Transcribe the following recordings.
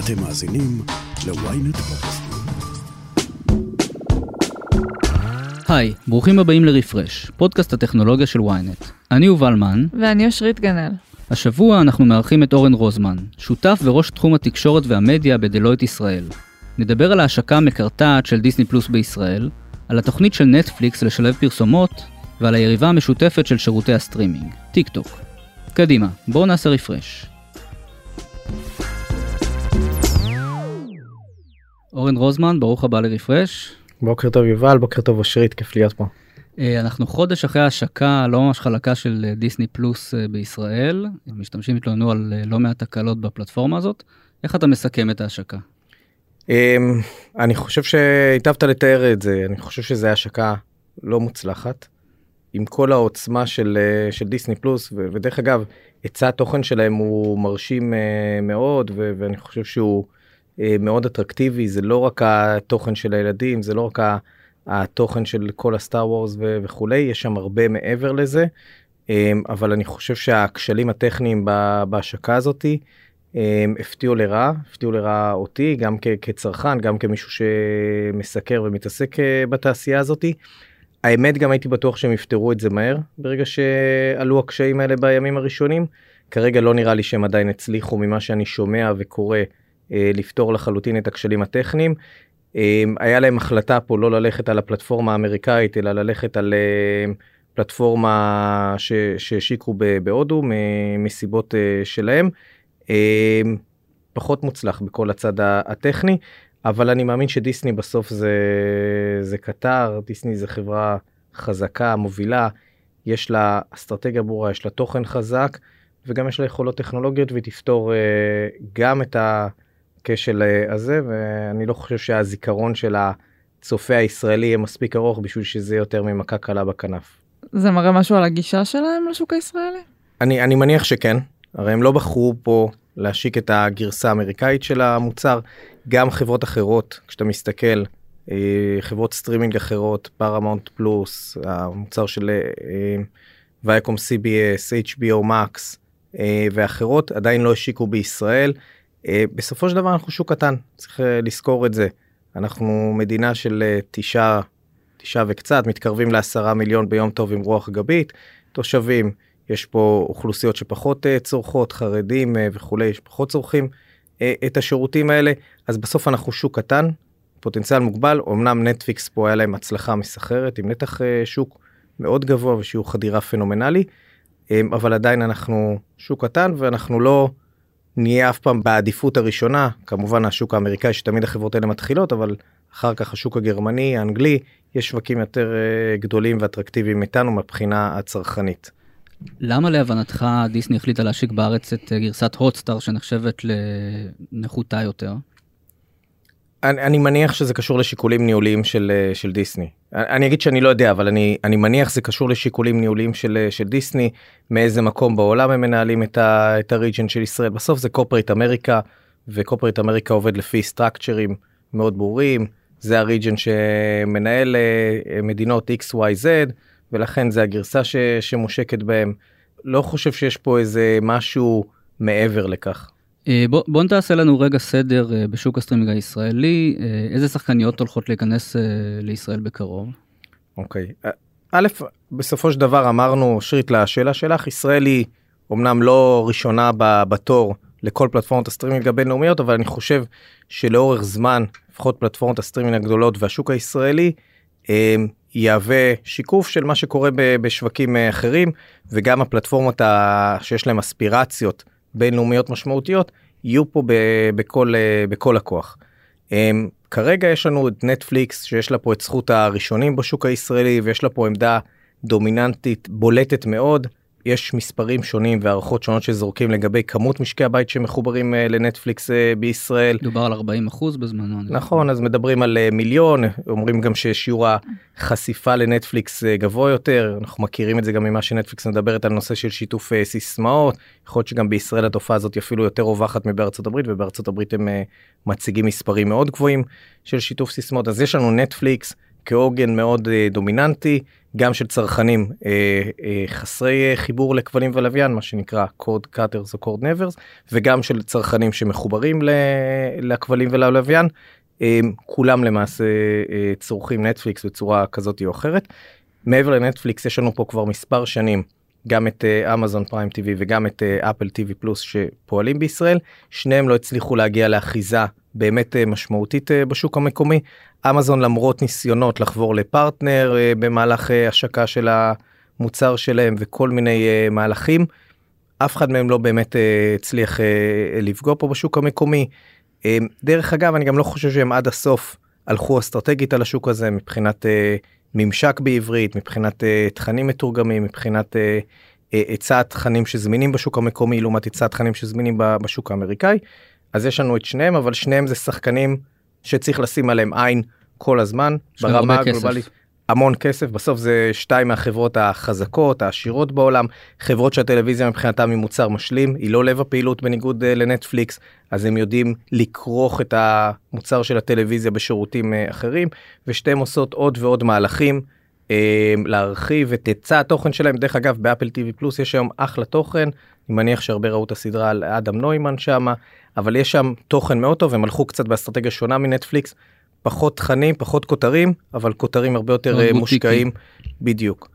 אתם מאזינים ל-ynet פודקאסט. היי, ברוכים הבאים לרפרש, פודקאסט הטכנולוגיה של ynet. אני יובל מן. ואני אושרית גנאל. השבוע אנחנו מארחים את אורן רוזמן, שותף וראש תחום התקשורת והמדיה בדלויט ישראל. נדבר על ההשקה המקרטעת של דיסני פלוס בישראל, על התוכנית של נטפליקס לשלב פרסומות, ועל היריבה המשותפת של שירותי הסטרימינג, טיק טוק. קדימה, בואו נעשה רפרש. אורן רוזמן, ברוך הבא לרפרש. בוקר טוב יובל, בוקר טוב אושרית, כיף להיות פה. אנחנו חודש אחרי ההשקה לא ממש חלקה של דיסני פלוס בישראל, משתמשים התלוננו על לא מעט תקלות בפלטפורמה הזאת. איך אתה מסכם את ההשקה? אני חושב שהיטבת לתאר את זה, אני חושב שזה השקה לא מוצלחת, עם כל העוצמה של דיסני פלוס, ודרך אגב, היצע התוכן שלהם הוא מרשים מאוד, ואני חושב שהוא מאוד אטרקטיבי, זה לא רק התוכן של הילדים, זה לא רק התוכן של כל הסטאר וורס וכולי, יש שם הרבה מעבר לזה, אבל אני חושב שהכשלים הטכניים בהשקה הזאת הפתיעו לרעה אותי, גם כצרכן, גם כמישהו שמסקר ומתעסק בתעשייה הזאת. האמת גם הייתי בטוח שהם יפתרו את זה מהר, ברגע שעלו הקשיים האלה בימים הראשונים. כרגע לא נראה לי שהם עדיין הצליחו ממה שאני שומע וקורא לפתור לחלוטין את הכשלים הטכניים. היה להם החלטה פה לא ללכת על הפלטפורמה האמריקאית, אלא ללכת על פלטפורמה שהשיקו בהודו מסיבות שלהם. פחות מוצלח בכל הצד הטכני, אבל אני מאמין שדיסני בסוף זה קטר, דיסני זה חברה חזקה, מובילה, יש לה אסטרטגיה ברורה, יש לה תוכן חזק, וגם יש לה יכולות טכנולוגיות, והיא תפתור גם את הכשל הזה, ואני לא חושב שהזיכרון של הצופה הישראלי יהיה מספיק ארוך, בשביל שזה יותר ממכה קלה בכנף. זה מראה משהו על הגישה שלהם לשוק הישראלי? אני מניח שכן, הרי הם לא בחרו פה להשיק את הגרסה האמריקאית של המוצר, גם חברות אחרות, כשאתה מסתכל, חברות סטרימינג אחרות, פארמאונט פלוס, המוצר של וייקום CBS, HBO Max ואחרות, עדיין לא השיקו בישראל. בסופו של דבר אנחנו שוק קטן, צריך לזכור את זה. אנחנו מדינה של 9 וקצת, מתקרבים ל10 מיליון ביום טוב עם רוח גבית, תושבים, יש פה אוכלוסיות שפחות צורכות, חרדים וכולי, שפחות צורכים את השירותים האלה, אז בסוף אנחנו שוק קטן, פוטנציאל מוגבל, אמנם נטפליקס פה היה להם הצלחה מסחררת, עם נתח שוק מאוד גבוה ושיעור חדירה פנומנלי, אבל עדיין אנחנו שוק קטן, ואנחנו לא נהיה אף פעם בעדיפות הראשונה, כמובן השוק האמריקאי שתמיד החברות האלה מתחילות, אבל אחר כך השוק הגרמני, האנגלי, יש שווקים יותר גדולים ואטרקטיביים איתנו מבחינה הצרכנית. למה להבנתך דיסני החליטה להשיק בארץ את גרסת הוטסטאר שנחשבת לנחותה יותר? אני מניח שזה קשור לשיקולים ניהוליים של דיסני. אני אגיד שאני לא יודע, אבל אני מניח שזה קשור לשיקולים ניהוליים של דיסני, מאיזה מקום בעולם הם מנהלים את הריג'ן של ישראל. בסוף זה קורפרייט אמריקה, וקורפרייט אמריקה עובד לפי סטרקצ'רים מאוד ברורים, זה הריג'ן שמנהל מדינות XYZ, ולכן זה הגרסה שמושקת בהם. לא חושב שיש פה איזה משהו מעבר לכך. בוא נתעשה לנו רגע סדר בשוק הסטרימינג הישראלי, איזה שחקניות הולכות להיכנס לישראל בקרוב? אוקיי. א', בסופו של דבר אמרנו, שרית, לשאלה שלך, ישראל היא אומנם לא ראשונה בתור לכל פלטפורמות הסטרימינג הבינלאומיות, אבל אני חושב שלאורך זמן, לפחות פלטפורמות הסטרימינג הגדולות והשוק הישראלי, יהווה שיקוף של מה שקורה בשווקים אחרים, וגם הפלטפורמות שיש להם אספירציות בינלאומיות משמעותיות, יהיו פה בכל הכוח. כרגע יש לנו את נטפליקס, שיש לה פה את זכות הראשונים בשוק הישראלי, ויש לה פה עמדה דומיננטית, בולטת מאוד, יש מספרים שונים והערכות שונות שזורקים לגבי כמות משקי הבית שמחוברים לנטפליקס בישראל. דובר על 40% בזמנו. נכון, אז מדברים על מיליון, אומרים גם ששיעור החשיפה לנטפליקס גבוה יותר, אנחנו מכירים את זה גם ממה שנטפליקס מדברת על נושא של שיתוף סיסמאות, יכול להיות שגם בישראל התופעה הזאת אפילו יותר רווחת מבארצות הברית, ובארצות הברית הם מציגים מספרים מאוד גבוהים של שיתוף סיסמאות, אז יש לנו נטפליקס כעוגן מאוד דומיננטי, גם של צרכנים חסרי חיבור לכבלים ולוויין, מה שנקרא קוד קאטרס או קוד נברס, וגם של צרכנים שמחוברים לכבלים וללוויין, כולם למעשה צורכים נטפליקס בצורה כזאת או אחרת. מעבר לנטפליקס יש לנו פה כבר מספר שנים, גם את אמזון פריים טיווי וגם את אפל טיווי פלוס שפועלים בישראל, שניהם לא הצליחו להגיע לאחיזה באמת משמעותית בשוק המקומי. אמזון למרות ניסיונות לחבור לפרטנר במהלך השקה של המוצר שלהם וכל מיני מהלכים, אף אחד מהם לא באמת הצליח לפגוע פה בשוק המקומי. דרך אגב, אני גם לא חושב שהם עד הסוף הלכו אסטרטגית על השוק הזה מבחינת ממשק בעברית, מבחינת תכנים מתורגמים, מבחינת היצע תכנים שזמינים בשוק המקומי לעומת היצע תכנים שזמינים בשוק האמריקאי. אז יש לנו את שניהם, אבל שניהם זה שחקנים שצריך לשים עליהם עין כל הזמן, ברמה הגלובלית. המון כסף, בסוף זה 2 מהחברות החזקות, העשירות בעולם, חברות שהטלוויזיה מבחינתם היא מוצר משלים, היא לא לב הפעילות בניגוד לנטפליקס, אז הם יודעים לקרוך את המוצר של הטלוויזיה בשירותים אחרים, ושתיהם עושות עוד ועוד מהלכים, להרחיב את היצע התוכן שלהם. דרך אגב, באפל טיווי פלוס יש היום אחלה תוכן, אני מניח שהרבה ראו את הסדרה על אדם נוימן שם, אבל יש שם תוכן מאוד טוב, הם הלכו קצת באסטרטגיה שונה מנטפליקס, פחות תכנים, פחות כותרים, אבל כותרים הרבה יותר מושקעים, בדיוק.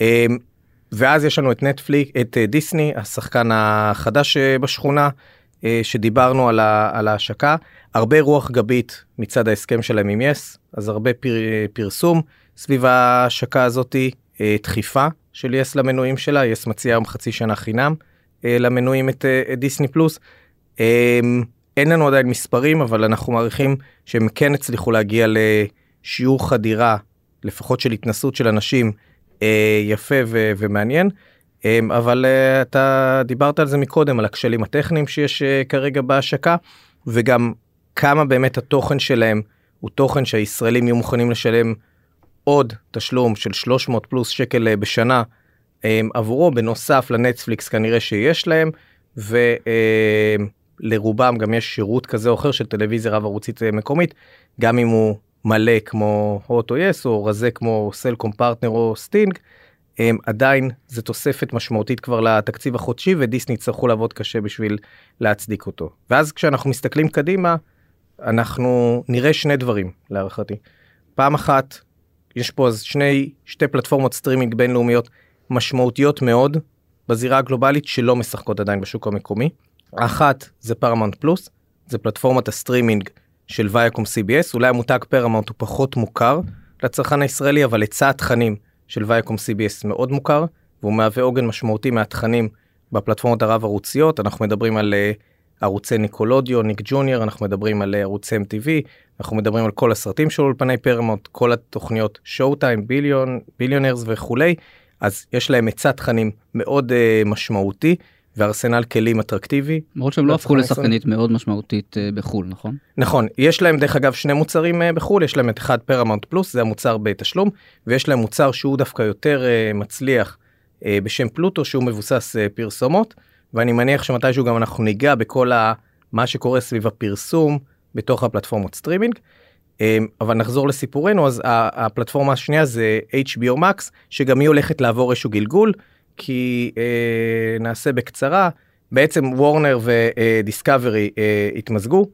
ואז יש לנו את נטפליק, את דיסני, השחקן החדש בשכונה, שדיברנו על ההשקה, הרבה רוח גבית מצד ההסכם שלהם עם יס, אז הרבה פרסום סביב ההשקה הזאת, דחיפה של יס למנויים שלה, יס מציע היום חצי שנה חינם למנויים את דיסני פלוס. אין לנו עדיין מספרים, אבל אנחנו מעריכים שהם כן הצליחו להגיע לשיעור חדירה, לפחות של התנסות של אנשים, יפה ומעניין. אבל אתה דיברת על זה מקודם, על הכשלים הטכניים שיש כרגע בהשקה, וגם כמה באמת התוכן שלהם הוא תוכן שהישראלים יהיו מוכנים לשלם עוד תשלום של 300 פלוס שקל בשנה עבורו, בנוסף לנטפליקס כנראה שיש להם, לרובם גם יש שירות כזה או אחר של טלוויזיה רב ערוצית מקומית, גם אם הוא מלא כמו הוט או יס, או רזה כמו סלקום פרטנר או סטינג, עדיין זה תוספת משמעותית כבר לתקציב החודשי, ודיסני צריכו לעבוד קשה בשביל להצדיק אותו. ואז כשאנחנו מסתכלים קדימה, אנחנו נראה שני דברים להערכתי. פעם אחת, יש פה אז שתי פלטפורמות סטרימינג בינלאומיות משמעותיות מאוד, בזירה הגלובלית שלא משחקות עדיין בשוק המקומי. האחת זה פרמאונט פלוס, זה פלטפורמת הסטרימינג של ויאקום CBS, אולי המותג פרמאונט הוא פחות מוכר לצרכן הישראלי, אבל היצע התכנים של ויאקום CBS מאוד מוכר, והוא מהווה עוגן משמעותי מהתכנים בפלטפורמות הרב ערוציות. אנחנו מדברים על ערוצי ניקולודיו, ניק ג'וניור, אנחנו מדברים על ערוצי MTV, אנחנו מדברים על כל הסרטים של אולפני פרמאונט, כל התוכניות שואו טיים, ביליונרס וכולי, אז יש להם היצע תכנים מאוד משמעותי, וארסנל כלים אטרקטיבי. למרות שהם לא הפכו לשחקנית מאוד משמעותית בחול, נכון? נכון, יש להם דרך אגב שני מוצרים בחול, יש להם את אחד פרמאונט פלוס, זה המוצר בתשלום, ויש להם מוצר שהוא דווקא יותר מצליח בשם פלוטו, שהוא מבוסס פרסומות, ואני מניח שמתישהו גם אנחנו ניגע בכל מה שקורה סביב הפרסום בתוך הפלטפורמות סטרימינג, אבל נחזור לסיפורנו. אז הפלטפורמה השנייה זה HBO Max, שגם היא הולכת לעבור איזשהו גלגול, כי נעשה בקצרה, בעצם וורנר ודיסקאברי התמזגו,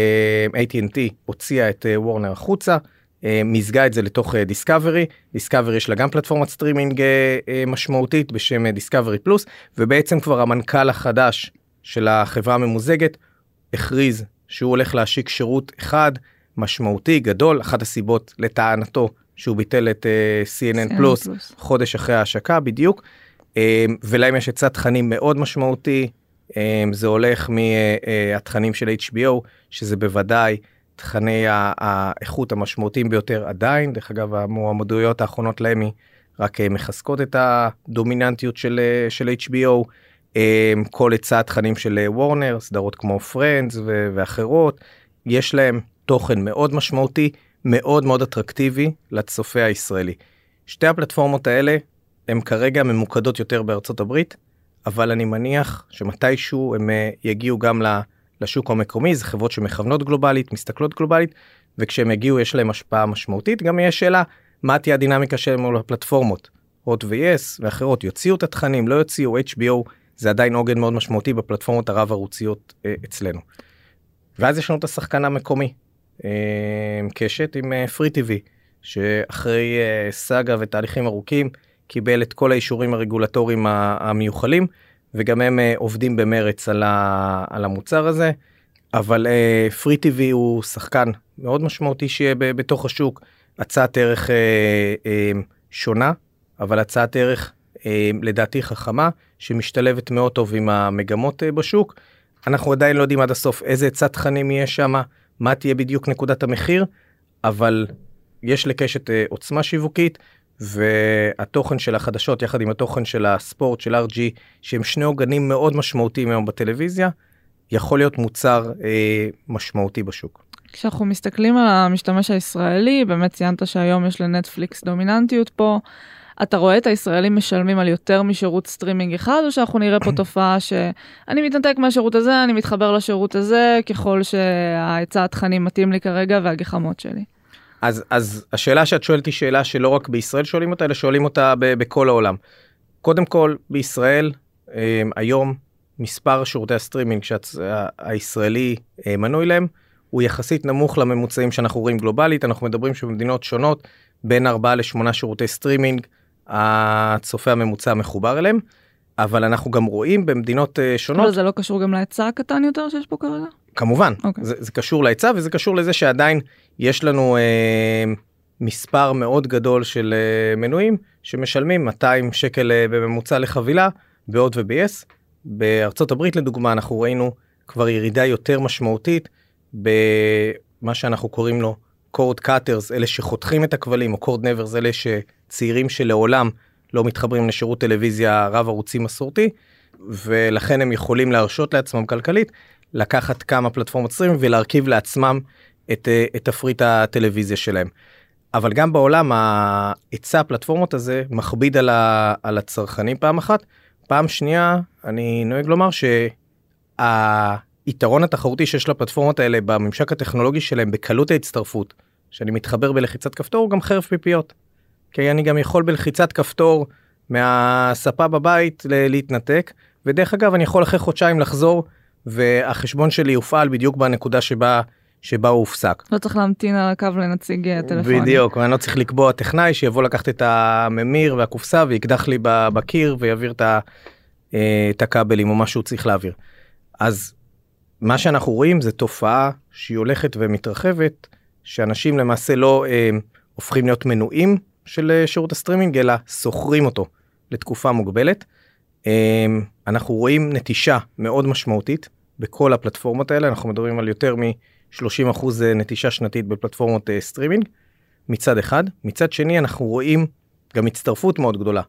AT&T הוציאה את וורנר החוצה, מזגה את זה לתוך דיסקאברי, דיסקאברי יש לה גם פלטפורמת סטרימינג משמעותית בשם דיסקאברי פלוס, ובעצם כבר המנכ"ל החדש של החברה הממוזגת הכריז שהוא הולך להשיק שירות אחד משמעותי גדול, אחת הסיבות לטענתו שהוא ביטל את CNN פלוס חודש אחרי ההשקה בדיוק, ולהם יש היצע תכנים מאוד משמעותי, זה הולך מהתכנים של HBO, שזה בוודאי תכני האיכות המשמעותיים ביותר עדיין, דרך אגב המועמדויות האחרונות להם רק מחזקות את הדומיננטיות של HBO, כל היצע תכנים של וורנר, סדרות כמו פרנדס ואחרות, יש להם תוכן מאוד משמעותי, מאוד מאוד אטרקטיבי לצופה הישראלי. שתי הפלטפורמות האלה הן כרגע ממוקדות יותר בארצות הברית, אבל אני מניח שמתישהו הם יגיעו גם לשוק המקומי, זה חברות שמכוונות גלובלית, מסתכלות גלובלית, וכשהם יגיעו יש להם השפעה משמעותית. גם יש שאלה, מה תהיה הדינמיקה שלהם מול הפלטפורמות, הוט ו-yes ואחרות, יוציאו את התכנים, לא יוציאו, HBO זה עדיין עוגן מאוד משמעותי בפלטפורמות הרב ערוציות אצלנו. ואז יש לנו את השחקן המקומי, קשת עם פרי TV, שאחרי סאגה ותהליכים ארוכים, קיבל את כל האישורים הרגולטוריים המיוחלים, וגם הם עובדים במרץ על המוצר הזה, אבל פרי TV הוא שחקן מאוד משמעותי שיהיה בתוך השוק, הצעת ערך שונה, אבל הצעת ערך לדעתי חכמה, שמשתלבת מאוד טוב עם המגמות בשוק. אנחנו עדיין לא יודעים עד הסוף איזה הצעת תכנים יהיה שם, מה תהיה בדיוק נקודת המחיר, אבל יש לקשת עוצמה שיווקית, והתוכן של החדשות יחד עם התוכן של הספורט של RG, שהם שני עוגנים מאוד משמעותיים היום בטלוויזיה, יכול להיות מוצר משמעותי בשוק. כשאנחנו מסתכלים על המשתמש הישראלי, באמת ציינת שהיום יש לנטפליקס דומיננטיות פה, אתה רואה את הישראלים משלמים על יותר משירות סטרימינג אחד, או שאנחנו נראה פה תופעה שאני מתנתק מהשירות הזה, אני מתחבר לשירות הזה, ככל שההיצע התכנים מתאים לי כרגע והגחמות שלי. אז השאלה שאת שואלת היא שאלה שלא רק בישראל שואלים אותה, אלא שואלים אותה בכל העולם. קודם כל, בישראל, היום, מספר שירותי הסטרימינג שהישראלי מנוי להם, הוא יחסית נמוך לממוצעים שאנחנו רואים גלובלית, אנחנו מדברים שבמדינות שונות, בין 4 ל-8 שירותי סטרימינג, הצופה הממוצע מחובר אליהם, אבל אנחנו גם רואים במדינות שונות... אבל זה לא קשור גם להיצע הקטן יותר שיש פה כרגע? כמובן, זה קשור להיצע, וזה קשור לזה שעדיין יש לנו מספר מאוד גדול של מנויים, שמשלמים 200 שקל בממוצע לחבילה, בהוט וב-yes. בארצות הברית לדוגמה, אנחנו ראינו כבר ירידה יותר משמעותית, במה שאנחנו קוראים לו קורד קאטרס, אלה שחותכים את הכבלים, או קורד נברס, אלה שצעירים שלעולם לא מתחברים לשירות טלוויזיה רב ערוצי מסורתי, ולכן הם יכולים להרשות לעצמם כלכלית, לקחת כמה פלטפורמות סטרימינג ולהרכיב לעצמם את תפריט הטלוויזיה שלהם. אבל גם בעולם ההיצע הפלטפורמות הזה מכביד על הצרכנים פעם אחת. פעם שנייה, אני נוהג לומר שהיתרון התחרותי שיש לפלטפורמות האלה בממשק הטכנולוגי שלהם, בקלות ההצטרפות, שאני מתחבר בלחיצת כפתור, הוא גם חרב פיפיות. כי אני גם יכול בלחיצת כפתור מהספה בבית להתנתק, ודרך אגב אני יכול אחרי חודשיים לחזור, והחשבון שלי יופעל בדיוק בנקודה שבה הוא הופסק. לא צריך להמתין על הקו לנציג טלפוני. בדיוק, אני לא צריך לקבוע טכנאי שיבוא לקחת את הממיר והקופסה ויקדח לי בקיר ויעביר את הכבלים או מה שהוא צריך להעביר. אז מה שאנחנו רואים זה תופעה שהיא הולכת ומתרחבת, שאנשים למעשה לא הופכים להיות מנויים של שירות הסטרימינג, אלא סוחרים אותו לתקופה מוגבלת. אנחנו רואים נטישה מאוד משמעותית בכל הפלטפורמות האלה, אנחנו מדברים על יותר מ-30% נטישה שנתית בפלטפורמות סטרימינג, מצד אחד. מצד שני אנחנו רואים גם הצטרפות מאוד גדולה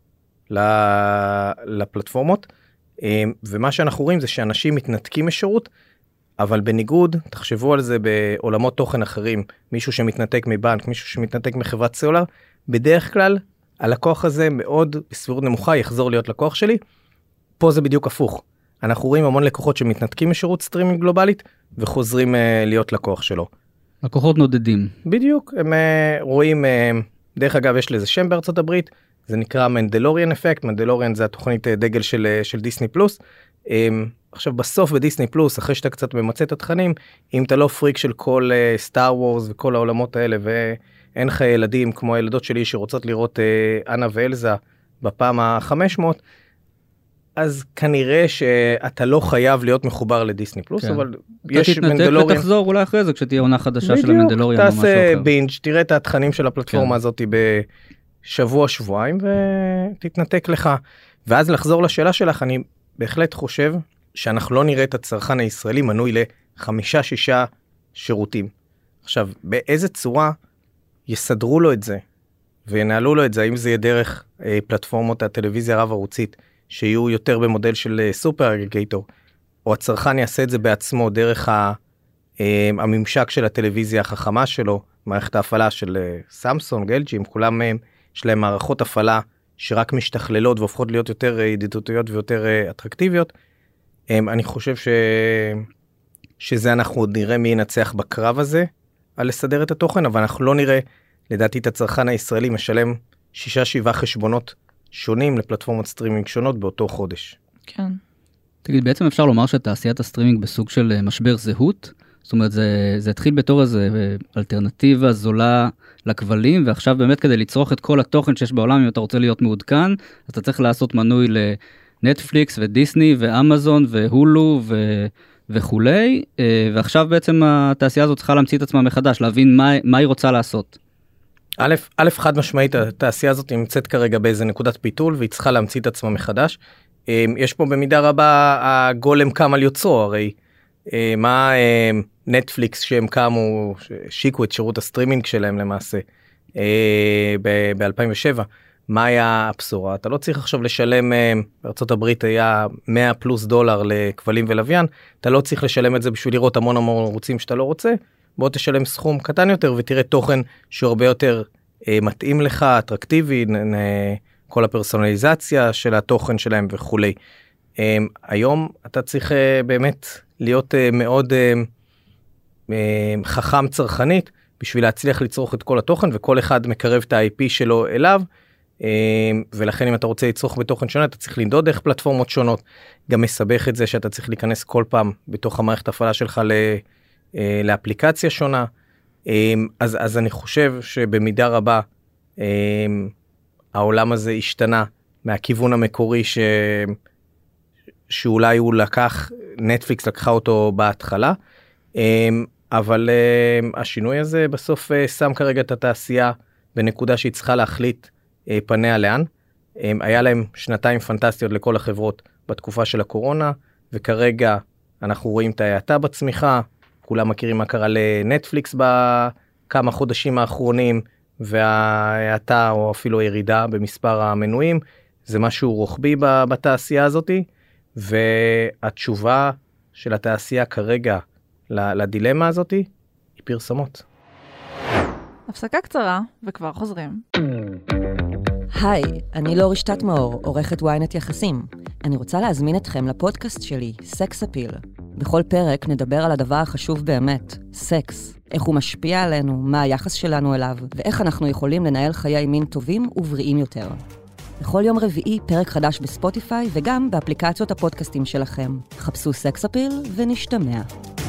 לפלטפורמות, ומה שאנחנו רואים זה שאנשים מתנתקים משירות, אבל בניגוד, תחשבו על זה בעולמות תוכן אחרים, מישהו שמתנתק מבנק, מישהו שמתנתק מחברת סלולר, בדרך כלל הלקוח הזה מאוד בסבירות נמוכה יחזור להיות לקוח שלי. פה זה בדיוק הפוך. אנחנו רואים המון לקוחות שמתנתקים משירות סטרימינג גלובלית, וחוזרים להיות לקוח שלו. לקוחות נודדים. בדיוק, הם רואים, דרך אגב יש לזה שם בארצות הברית, זה נקרא מנדלוריאן אפקט, מנדלוריאן זה התוכנית דגל של דיסני פלוס. עכשיו בסוף בדיסני פלוס, אחרי שאתה קצת ממצא את התכנים, אם אתה לא פריק של כל סטאר וורס וכל העולמות האלה, ואין לך ילדים כמו הילדות שלי שרוצות לראות אנה ואלזה בפעם ה-500, אז כנראה שאתה לא חייב להיות מחובר לדיסני פלוס, כן. אבל יש מנדלוריאן. אתה תתנתק ותחזור אולי אחרי זה, כשתהיה עונה חדשה של המנדלוריאן או משהו אחר. תעשה בינג', תראה את התכנים של הפלטפורמה כן. הזאת בשבוע, שבועיים, ותתנתק לך. ואז לחזור לשאלה שלך, אני בהחלט חושב שאנחנו לא נראה את הצרכן הישראלי מנוי ל5-6 שירותים. עכשיו, באיזה צורה יסדרו לו את זה, וינהלו לו את זה, האם זה יהיה דרך פלטפורמות הטלוויזיה רב ערוצית, שיהיו יותר במודל של סופר אגריגייטור, או הצרכן יעשה את זה בעצמו דרך הממשק של הטלוויזיה החכמה שלו, מערכת ההפעלה של סמסונג, LG, עם כולם מהם, יש להם מערכות הפעלה שרק משתכללות והופכות להיות יותר ידידותיות ויותר אטרקטיביות. אני חושב שזה אנחנו עוד נראה מי ינצח בקרב הזה, על לסדר את התוכן, אבל אנחנו לא נראה לדעתי את הצרכן הישראלי משלם 6-7 חשבונות שונים לפלטפורמות סטרימינג שונות באותו חודש. כן. תגיד, בעצם אפשר לומר שתעשיית הסטרימינג בסוג של משבר זהות? זאת אומרת, זה התחיל בתור איזו אלטרנטיבה זולה לכבלים, ועכשיו באמת כדי לצרוך את כל התוכן שיש בעולם, אם אתה רוצה להיות מעודכן, אז אתה צריך לעשות מנוי לנטפליקס ודיסני ואמזון והולו וכולי, ועכשיו בעצם התעשייה הזאת צריכה להמציא את עצמה מחדש, להבין מה היא רוצה לעשות. א', חד משמעית, התעשייה הזאת נמצאת כרגע באיזה נקודת פיתול, והיא צריכה להמציא את עצמה מחדש. יש פה במידה רבה הגולם קם על יוצרו, הרי מה נטפליקס שהם קמו, שיקו את שירות הסטרימינג שלהם למעשה ב-2007, מה היה הבשורה? אתה לא צריך עכשיו לשלם, בארצות הברית היה $100+ לכבלים ולוויין, אתה לא צריך לשלם את זה בשביל לראות המון ערוצים שאתה לא רוצה, בוא תשלם סכום קטן יותר ותראה תוכן שהוא הרבה יותר מתאים לך, אטרקטיבי, כל הפרסונליזציה של התוכן שלהם וכולי. היום אתה צריך באמת להיות מאוד חכם צרכנית בשביל להצליח לצרוך את כל התוכן, וכל אחד מקרב את ה-IP שלו אליו, ולכן אם אתה רוצה לצרוך בתוכן שונה, אתה צריך לנדוד דרך פלטפורמות שונות, גם מסבך את זה שאתה צריך להיכנס כל פעם בתוך המערכת הפעלה שלך לאפליקציה שונה. אז אני חושב שבמידה רבה העולם הזה השתנה מהכיוון המקורי שאולי הוא נטפליקס לקחה אותו בהתחלה, אבל השינוי הזה בסוף שם כרגע את התעשייה בנקודה שהיא צריכה להחליט פניה לאן. היה להם 2 פנטסטיות לכל החברות בתקופה של הקורונה, וכרגע אנחנו רואים את ההאטה בצמיחה, כולם מכירים מה קרה לנטפליקס בכמה חודשים האחרונים, וההאטה או אפילו ירידה במספר המנויים, זה משהו רוחבי בתעשייה הזאת, והתשובה של התעשייה כרגע לדילמה הזאת היא פרסומות. הפסקה קצרה וכבר חוזרים. היי, אני לא רשתת מאור, עורכת ynet יחסים. אני רוצה להזמין אתכם לפודקאסט שלי, סקס אפיל. בכל פרק נדבר על הדבר החשוב באמת, סקס. איך הוא משפיע עלינו, מה היחס שלנו אליו, ואיך אנחנו יכולים לנהל חיי מין טובים ובריאים יותר. בכל יום רביעי פרק חדש בספוטיפיי וגם באפליקציות הפודקאסטים שלכם. חפשו סקס אפיל ונשתמע.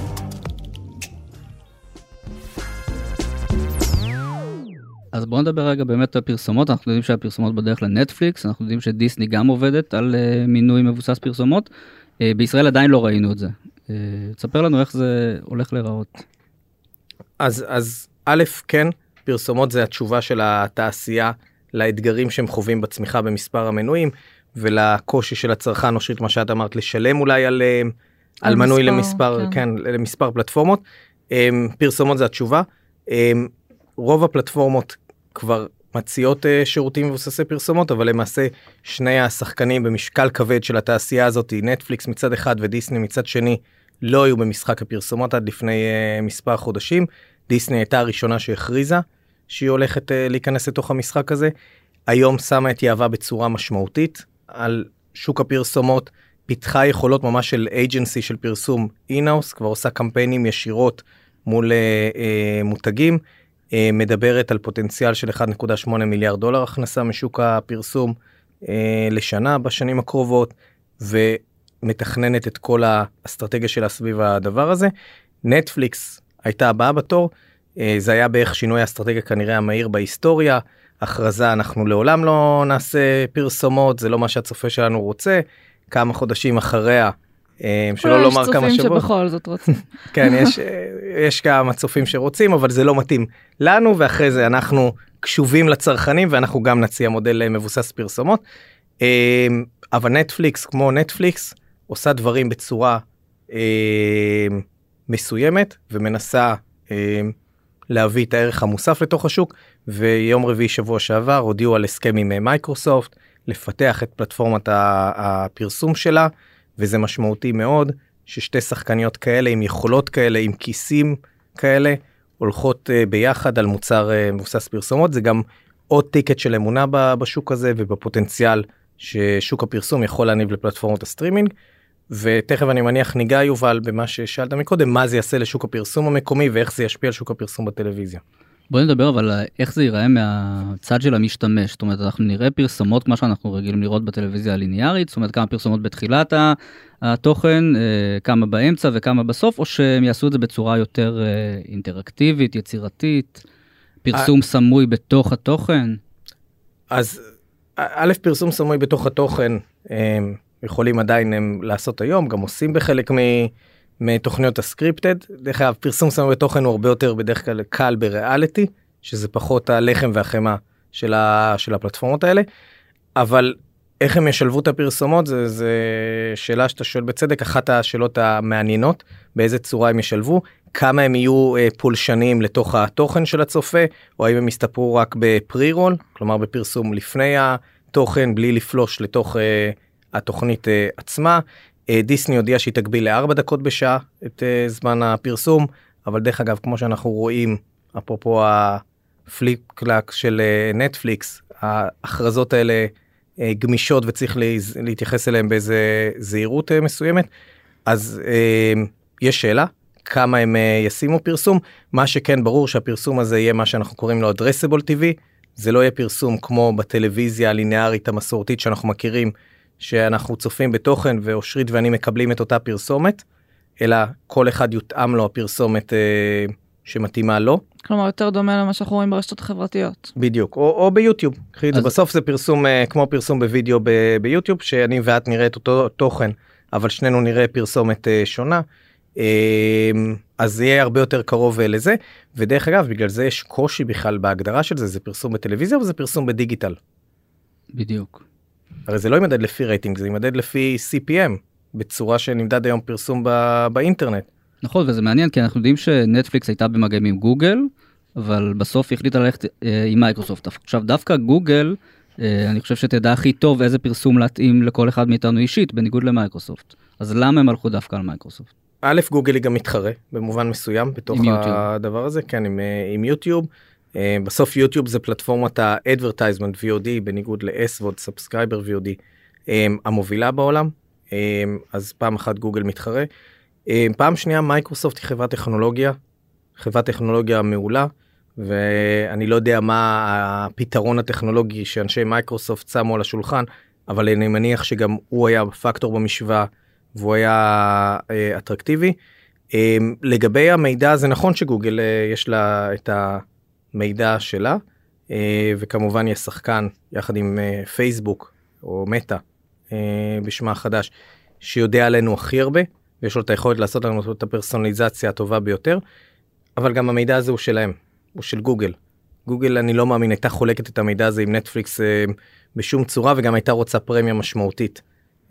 אז בואו נדבר רגע באמת על פרסומות. אנחנו יודעים שהפרסומות בדרך לנטפליקס, אנחנו יודעים שדיסני גם עובדת על מינוי מבוסס פרסומות. בישראל עדיין לא ראינו את זה. תספר לנו איך זה הולך להיראות. אז א', כן, פרסומות זה התשובה של התעשייה לאתגרים שהם חווים בצמיחה במספר המנויים, ולקושי של הצרכן, אושרית, מה שאת אמרת, לשלם אולי על מנוי למספר פלטפורמות. פרסומות זה התשובה. רוב הפלטפורמות כבר מציעות שירותים מבוססי פרסומות, אבל למעשה שני השחקנים במשקל כבד של התעשייה הזאת, נטפליקס מצד אחד ודיסני מצד שני, לא היו במשחק הפרסומות עד לפני מספר חודשים. דיסני הייתה הראשונה שהכריזה שהיא הולכת להיכנס לתוך המשחק הזה. היום שמה את יהבה בצורה משמעותית על שוק הפרסומות, פיתחה יכולות ממש של אייג'נסי של פרסום אינאוס, כבר עושה קמפיינים ישירות מול מותגים, מדברת על פוטנציאל של $1.8 מיליארד הכנסה משוק הפרסום לשנה בשנים הקרובות, ומתכננת את כל האסטרטגיה שלה סביב הדבר הזה. נטפליקס הייתה הבאה בתור, זה היה בערך שינוי האסטרטגיה כנראה המהיר בהיסטוריה, הכרזה אנחנו לעולם לא נעשה פרסומות, זה לא מה שהצופה שלנו רוצה, כמה חודשים אחריה, שלא לומר כמה שבועות. יש צופים שבכל זאת רוצים. כן, יש כמה צופים שרוצים, אבל זה לא מתאים לנו, ואחרי זה אנחנו קשובים לצרכנים, ואנחנו גם נציע מודל מבוסס פרסומות. אבל נטפליקס, כמו נטפליקס, עושה דברים בצורה מסוימת, ומנסה להביא את הערך המוסף לתוך השוק, ויום רביעי שבוע שעבר הודיעו על הסכם עם מייקרוסופט, לפתח את פלטפורמת הפרסום שלה, וזה משמעותי מאוד, ששתי שחקניות כאלה, עם יכולות כאלה, עם כיסים כאלה, הולכות ביחד על מוצר מבוסס פרסומות. זה גם עוד טיקט של אמונה בשוק הזה, ובפוטנציאל ששוק הפרסום יכול להניב לפלטפורמות הסטרימינג, ותכף אני מניח ניגע יובל במה ששאלת מקודם, מה זה יעשה לשוק הפרסום המקומי, ואיך זה ישפיע על שוק הפרסום בטלוויזיה. בוא נדבר אבל איך זה ייראה מהצד של המשתמש. זאת אומרת, אנחנו נראה פרסומות כמו שאנחנו רגילים לראות בטלוויזיה הליניארית, זאת אומרת, כמה פרסומות בתחילת התוכן, כמה באמצע וכמה בסוף, או שהם יעשו את זה בצורה יותר אינטראקטיבית, יצירתית, פרסום סמוי בתוך התוכן? אז א', פרסום סמוי בתוך התוכן, יכולים עדיין לעשות היום, גם עושים בחלק מתוכניות הסקריפטד. דרך אגב, פרסום סמוי בתוכן הוא הרבה יותר בדרך כלל קל בריאליטי, שזה פחות הלחם והחמה של הפלטפורמות האלה, אבל איך הם ישלבו את הפרסומות, זה שאלה שאתה שואל בצדק, אחת השאלות המעניינות, באיזה צורה הם ישלבו, כמה הם יהיו פולשניים לתוך התוכן של הצופה, או האם הם יסתפרו רק בפרי-רול, כלומר בפרסום לפני התוכן, בלי לפלוש לתוך התוכנית עצמה. דיסני הודיע שהיא תגביל ל4 דקות בשעה את זמן הפרסום, אבל דרך אגב, כמו שאנחנו רואים, אפרופו הפליפ קלאק של נטפליקס, ההכרזות האלה גמישות וצריך להתייחס אליהם באיזה זהירות מסוימת, אז יש שאלה, כמה הם ישימו פרסום. מה שכן ברור שהפרסום הזה יהיה מה שאנחנו קוראים לו addressable TV, זה לא יהיה פרסום כמו בטלוויזיה הליניארית המסורתית שאנחנו מכירים, שאנחנו צופים בתוכן ואושרית ואני מקבלים את אותה פרסומת, אלא כל אחד יותאם לו הפרסומת שמתאימה לו. כלומר, יותר דומה למה שאנחנו רואים ברשתות החברתיות. בדיוק, או ביוטיוב. בסוף זה פרסום כמו פרסום בווידאו ביוטיוב, שאני ואת נראה את אותו תוכן, אבל שנינו נראה פרסומת שונה. אז זה יהיה הרבה יותר קרוב לזה, ודרך אגב, בגלל זה יש קושי בכלל בהגדרה של זה, זה פרסום בטלוויזיה או זה פרסום בדיגיטל? בדיוק. הרי זה לא יימדד לפי רייטינג, זה יימדד לפי CPM, בצורה שנמדד היום פרסום באינטרנט. נכון, וזה מעניין, כי אנחנו יודעים שנטפליקס הייתה במגעים עם גוגל, אבל בסוף היא החליטה ללכת עם מייקרוסופט. עכשיו, דווקא גוגל, אני חושב שתדע הכי טוב איזה פרסום להתאים לכל אחד מאיתנו אישית, בניגוד למייקרוסופט. אז למה הם הלכו דווקא על מייקרוסופט? א', גוגל היא גם מתחרה, במובן מסוים, בתוך הדבר הזה, כן, עם יוטיוב. בסוף יוטיוב זה פלטפורמת ה-advertisement VOD, בניגוד ל-SVOD, Subscriber VOD, המובילה בעולם. אז פעם אחת גוגל מתחרה. פעם שנייה, מייקרוסופט היא חברת טכנולוגיה מעולה, ואני לא יודע מה הפתרון הטכנולוגי שאנשי מייקרוסופט שמו על השולחן, אבל אני מניח שגם הוא היה פקטור במשוואה, והוא היה אטרקטיבי. לגבי המידע, זה נכון שגוגל יש לה את המידע שלה, וכמובן יש שחקן יחד עם פייסבוק או מטא בשמה החדש, שיודע עלינו הכי הרבה, ויש לו את היכולת לעשות לנו את הפרסונליזציה הטובה ביותר, אבל גם המידע הזה הוא שלהם, הוא של גוגל. גוגל, אני לא מאמין, הייתה חולקת את המידע הזה עם נטפליקס בשום צורה, וגם הייתה רוצה פרמיה משמעותית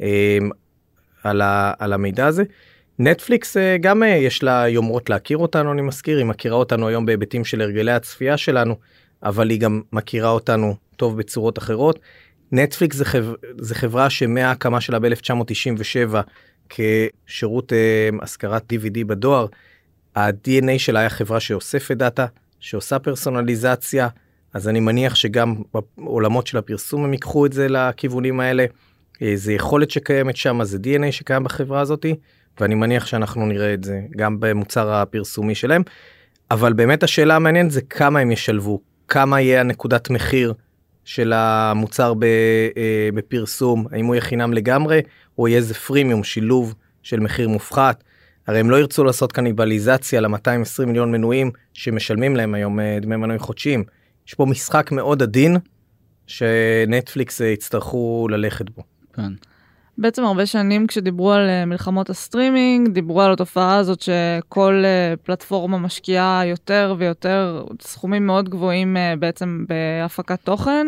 על המידע הזה. נטפליקס גם יש לה יומרות להכיר אותנו, אני מזכיר, היא מכירה אותנו היום בהיבטים של הרגלי הצפייה שלנו, אבל היא גם מכירה אותנו טוב בצורות אחרות. נטפליקס זה חברה שמההקמה שלה ב-1997 כשירות השכרת DVD בדואר, ה-DNA שלה היה חברה שאוספת דאטה, שעושה פרסונליזציה, אז אני מניח שגם בעולמות של הפרסום הם ייקחו את זה לכיוונים האלה, זה יכולת שקיימת שם, זה DNA שקיים בחברה הזאת, ואני מניח שאנחנו נראה את זה גם במוצר הפרסומי שלהם, אבל באמת השאלה המעניינת זה כמה הם ישלבו, כמה יהיה הנקודת מחיר של המוצר בפרסום, האם הוא יהיה חינם לגמרי, או יהיה איזה פרימיום, שילוב של מחיר מופחת. הרי הם לא ירצו לעשות קניבליזציה ל-220 מיליון מנויים שמשלמים להם היום דמי מנוי חודשיים. יש פה משחק מאוד עדין שנטפליקס יצטרכו ללכת בו. כן. בעצם הרבה שנים כשדיברו על מלחמות הסטרימינג, דיברו על התופעה הזאת שכל פלטפורמה משקיעה יותר ויותר סכומים מאוד גבוהים בעצם בהפקת תוכן.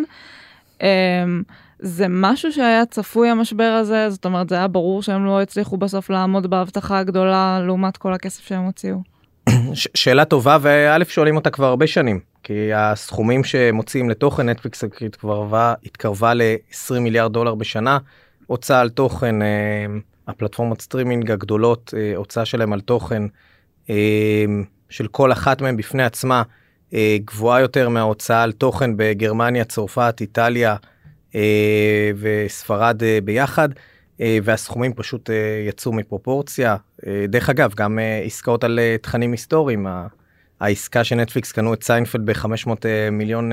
זה משהו שהיה צפוי המשבר הזה, זאת אומרת זה היה ברור שהם לא הצליחו בסוף לעמוד בהבטחה הגדולה לעומת כל הכסף שהם הוציאו. שאלה טובה, וא' שואלים אותה כבר הרבה שנים, כי הסכומים שמוציאים לתוכן, נטפליקס התקרבה ל$20 מיליארד בשנה, הוצאה על תוכן, הפלטפורמות סטרימינג הגדולות, הוצאה שלהם על תוכן של כל אחת מהם בפני עצמה, גבוהה יותר מההוצאה על תוכן בגרמניה, צרפת, איטליה וספרד ביחד, והסכומים פשוט יצאו מפרופורציה. דרך אגב, גם עסקאות על תכנים היסטוריים, העסקה שנטפליקס קנו את סיינפלד ב$500 מיליון,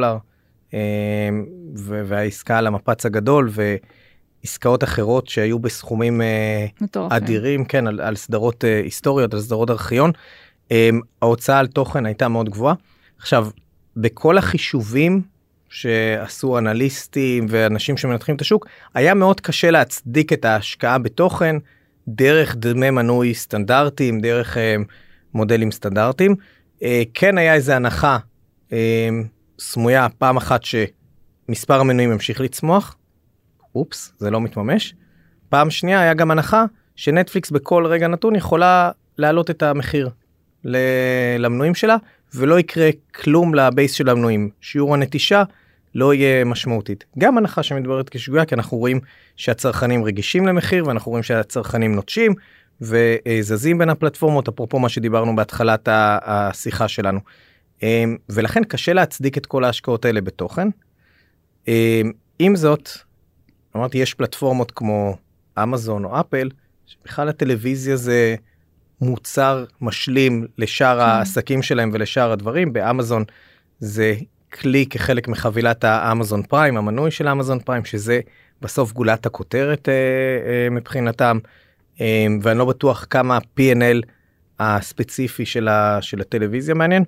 והעסקה על המפץ הגדול, ועסקאות אחרות שהיו בסכומים אדירים, כן, על סדרות היסטוריות, על סדרות ארכיון. ההוצאה על תוכן הייתה מאוד גבוהה. עכשיו, בכל החישובים שעשו אנליסטים ואנשים שמנתחים את השוק, היה מאוד קשה להצדיק את ההשקעה בתוכן, דרך דמי מנוי סטנדרטיים, דרך מודלים סטנדרטיים. כן היה איזו הנחה סמויה פעם אחת שמספר המנויים המשיך לצמוח, אופס, זה לא מתממש. פעם שנייה היה גם הנחה שנטפליקס בכל רגע נתון יכולה להעלות את המחיר למנויים שלה, ולא יקרה כלום לבייס של המנויים. שיעור הנטישה לא יהיה משמעותית. גם הנחה שמדברת כשגויה, כי אנחנו רואים שהצרכנים רגישים למחיר, ואנחנו רואים שהצרכנים נוטשים, וזזים בין הפלטפורמות, אפרופו מה שדיברנו בהתחלת השיחה שלנו. ולכן קשה להצדיק את כל ההשקעות האלה בתוכן. עם זאת, אמרתי, יש פלטפורמות כמו אמזון או אפל, שבכלל הטלוויזיה זה מוצר משלים לשאר העסקים שלהם ולשאר הדברים. באמזון זה כלי כחלק מחבילת האמזון פריים, המנוי של אמזון פריים, שזה בסוף גולת הכותרת מבחינתם, ואני לא בטוח כמה P&L הספציפי של הטלוויזיה מעניין.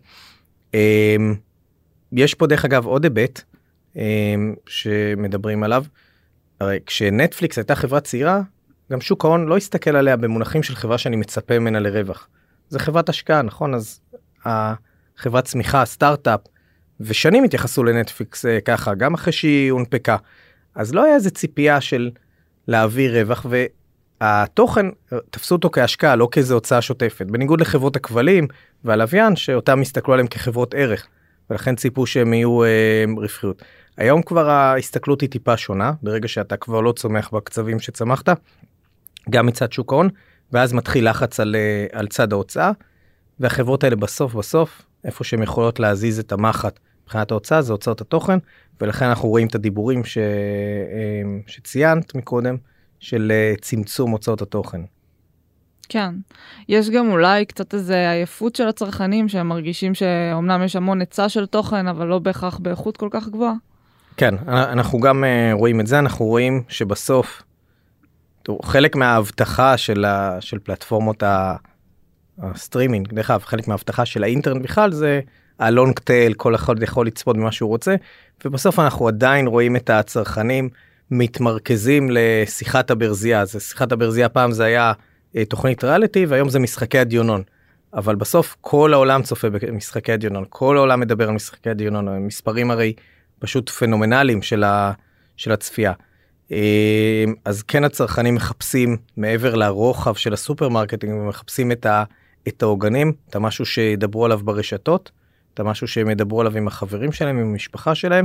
יש פה דרך אגב עוד היבט שמדברים עליו. הרי כשנטפליקס הייתה חברה צעירה, גם שוק ההון לא הסתכל עליה במונחים של חברה שאני מצפה ממנה לרווח. זה חברת השקעה, נכון? אז החברת צמיחה, סטארט-אפ, ושנים התייחסו לנטפליקס ככה, גם אחרי שהיא הונפקה. אז לא היה איזה ציפייה של להעביר רווח, והתוכן תפסו אותו כהשקעה, לא כאיזו הוצאה שוטפת. בניגוד לחברות הכבלים והלוויין, שאותם הסתכלו עליהם כחברות ערך, ולכן ציפו שהם יהיו רווחיות. היום כבר ההסתכלות היא טיפה שונה, ברגע שאתה כבר לא צומח בקצבים שצמחת, גם מצד שוק ההון, ואז מתחיל לחץ על צד ההוצאה, והחברות האלה בסוף, איפה שהן יכולות להזיז את המחט מבחינת ההוצאה, זה הוצאות התוכן, ולכן אנחנו רואים את הדיבורים שציינת מקודם, של צמצום הוצאות התוכן. כן. יש גם אולי קצת איזו עייפות של הצרכנים, שהם מרגישים שאומנם יש המון היצע של תוכן, אבל לא בהכרח באיכות כל כך גבוהה. כן, אנחנו גם רואים את זה, אנחנו רואים שבסוף, חלק מההבטחה של פלטפורמות הסטרימינג, דרך אגב, חלק מההבטחה של האינטרנט בכלל, זה הלונג טייל, כל אחד יכול לצפות במה שהוא רוצה, ובסוף אנחנו עדיין רואים את הצרכנים מתמרכזים לשיחת הברזייה. אז שיחת הברזייה פעם זה היה תוכנית ריאליטי, והיום זה משחקי הדיונון. אבל בסוף כל העולם צופה במשחקי הדיונון, כל העולם מדבר על משחקי הדיונון, המספרים הרי פשוט פנומנליים של הצפייה. אז כן הצרכנים מחפשים מעבר לרוחב של הסופרמרקטינג, ומחפשים את העוגנים, את המשהו שידברו עליו ברשתות, את המשהו שהם ידברו עליו עם החברים שלהם, עם המשפחה שלהם,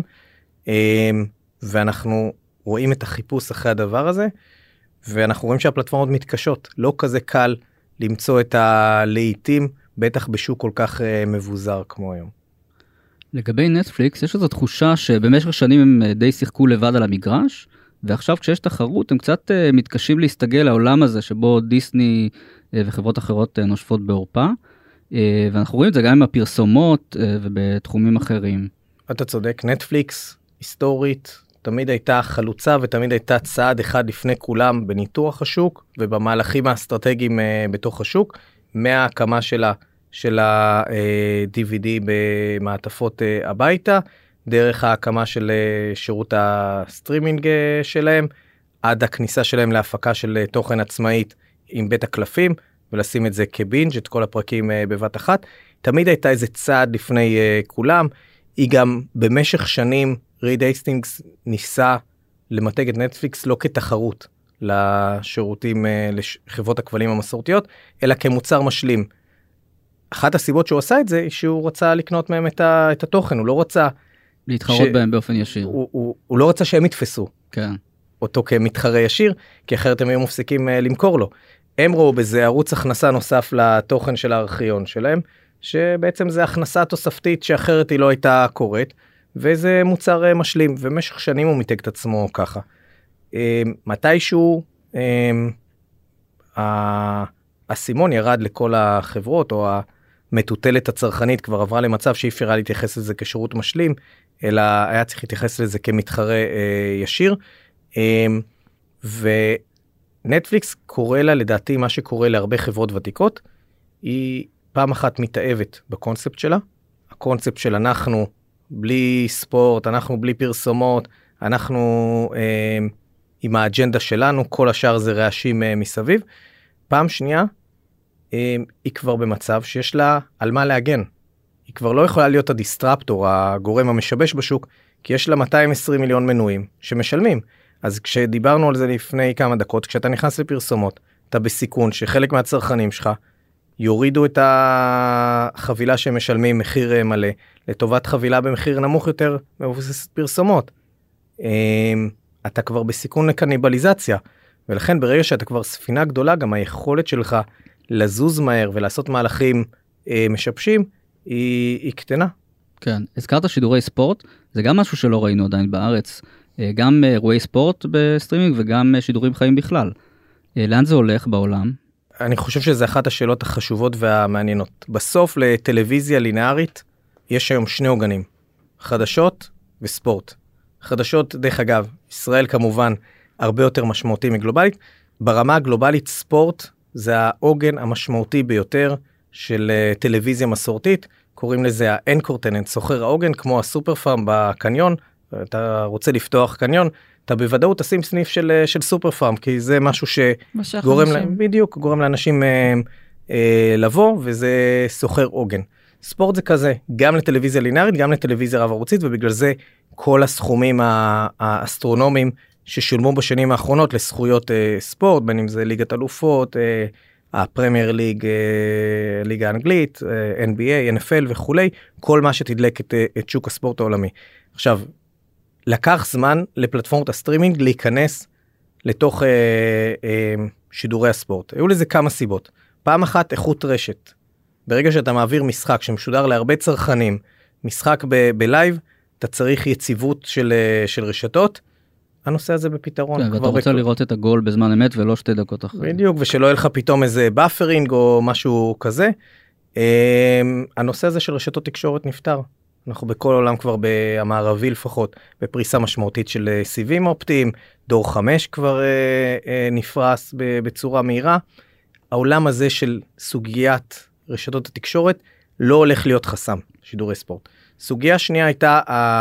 ואנחנו רואים את החיפוש אחרי הדבר הזה, ואנחנו רואים שהפלטפורמות מתקשות, לא כזה קל למצוא את הלעיתים, בטח בשוק כל כך מבוזר כמו היום. לגבי נטפליקס, יש איזו תחושה שבמשך שנים הם די שיחקו לבד על המגרש, ועכשיו כשיש תחרות הם קצת מתקשים להסתגל לעולם הזה, שבו דיסני וחברות אחרות נושפות בעורפה, ואנחנו רואים את זה גם עם הפרסומות ובתחומים אחרים. אתה צודק, נטפליקס היסטורית תמיד הייתה חלוצה ותמיד הייתה צעד אחד לפני כולם בניתוח השוק ובמהלכים האסטרטגיים בתוך השוק, מההקמה של ה-DVD במעטפות הביתה, דרך ההקמה של שירות הסטרימינג שלהם, עד הכניסה שלהם להפקה של תוכן עצמאית עם בית הקלפים, ולשים את זה כבינג' את כל הפרקים בבת אחת. תמיד הייתה איזה צעד לפני כולם. היא גם במשך שנים, ריד הייסטינגס ניסה למתג את נטפליקס לא כתחרות לשירותים, לחברות הכבלים המסורתיות, אלא כמוצר משלים. אחת הסיבות שהוא עשה את זה, היא שהוא רצה לקנות מהם את התוכן, הוא לא רצה להתחרות בהם באופן ישיר. הוא לא רצה שהם יתפסו. כן. אותו כמתחרה ישיר, כי אחרת הם היו מפסיקים למכור לו. הם ראו בזה ערוץ הכנסה נוסף לתוכן של הארכיון שלהם, שבעצם זה הכנסה תוספתית שאחרת היא לא הייתה קורית, וזה מוצר משלים, ומשך שנים הוא מתג את עצמו ככה. מתישהו הסימון ירד לכל החברות, או המטוטלת הצרכנית כבר עברה למצב שאי אפשר היה להתייחס לזה כשירות משלים, אלא היה צריך להתייחס לזה כמתחרה ישיר. ונטפליקס קורא לה, לדעתי מה שקורה להרבה חברות ותיקות, היא פעם אחת מתאהבת בקונספט שלה, הקונספט של אנחנו בלי ספורט, אנחנו בלי פרסומות, אנחנו עם האג'נדה שלנו, כל השאר זה רעשים מסביב. פעם שנייה, היא כבר במצב שיש לה על מה להגן. היא כבר לא יכולה להיות הדיסטרפטור, הגורם המשבש בשוק, כי יש לה 220 מיליון מנויים שמשלמים. אז כשדיברנו על זה לפני כמה דקות, כשאתה נכנס לפרסומות, אתה בסיכון שחלק מהצרכנים שלך יורידו את החבילה שהם משלמים מחיר מלא, לטובת חבילה במחיר נמוך יותר מבוססת פרסומות. אתה כבר בסיכון לקניבליזציה, ולכן ברגע שאתה כבר ספינה גדולה, גם היכולת שלך לזוז מהר ולעשות מהלכים משבשים, היא קטנה. כן, הזכרת שידורי ספורט, זה גם משהו שלא ראינו עדיין בארץ, גם אירועי ספורט בסטרימינג וגם שידורים חיים בכלל. לאן זה הולך בעולם? אני חושב שזה אחת השאלות החשובות והמעניינות. בסוף לטלוויזיה לינארית יש היום שני עוגנים, חדשות וספורט. חדשות, דרך אגב, ישראל כמובן הרבה יותר משמעותי מגלובלית. ברמה הגלובלית ספורט זה העוגן המשמעותי ביותר של טלוויזיה מסורתית. קוראים לזה האנקור טננט, סוחר העוגן, כמו הסופר פארם בקניון. אתה רוצה לפתוח קניון, אתה בוודאות תשים סניף של סופר פארם, כי זה משהו שגורם בדיוק, גורם לאנשים לבוא, וזה סוחר עוגן. ספורט זה כזה, גם לטלוויזיה לינארית, גם לטלוויזיה רב ערוצית, ובגלל זה כל הסכומים האסטרונומיים ששולמו בשנים האחרונות לזכויות ספורט, בין אם זה ליגת אלופות, הפרמייר ליג, ליגה האנגלית, NBA, NFL וכולי, כל מה שתדלק את שוק הספורט העולמי. עכשיו, לקח זמן לפלטפורמות הסטרימינג להיכנס לתוך שידורי הספורט. היו לזה כמה סיבות. פעם אחת, איכות רשת. ברגע שאתה מעביר משחק שמשודר להרבה צרכנים, משחק בלייב, אתה צריך יציבות של רשתות. הנושא הזה בפתרון. כן, ואתה רוצה לראות את הגול בזמן אמת ולא 2 דקות אחרי. בדיוק, ושלא יהיה לך פתאום איזה באפרינג או משהו כזה. הנושא הזה של רשתות תקשורת נפטר. אנחנו בכל העולם כבר במערבי לפחות, בפריסה משמעותית של סיבים אופטיים, דור 5 כבר נפרס בצורה מהירה. העולם הזה של סוגיית רשתות התקשורת לא הולך להיות חסם, שידורי ספורט. סוגיה שנייה הייתה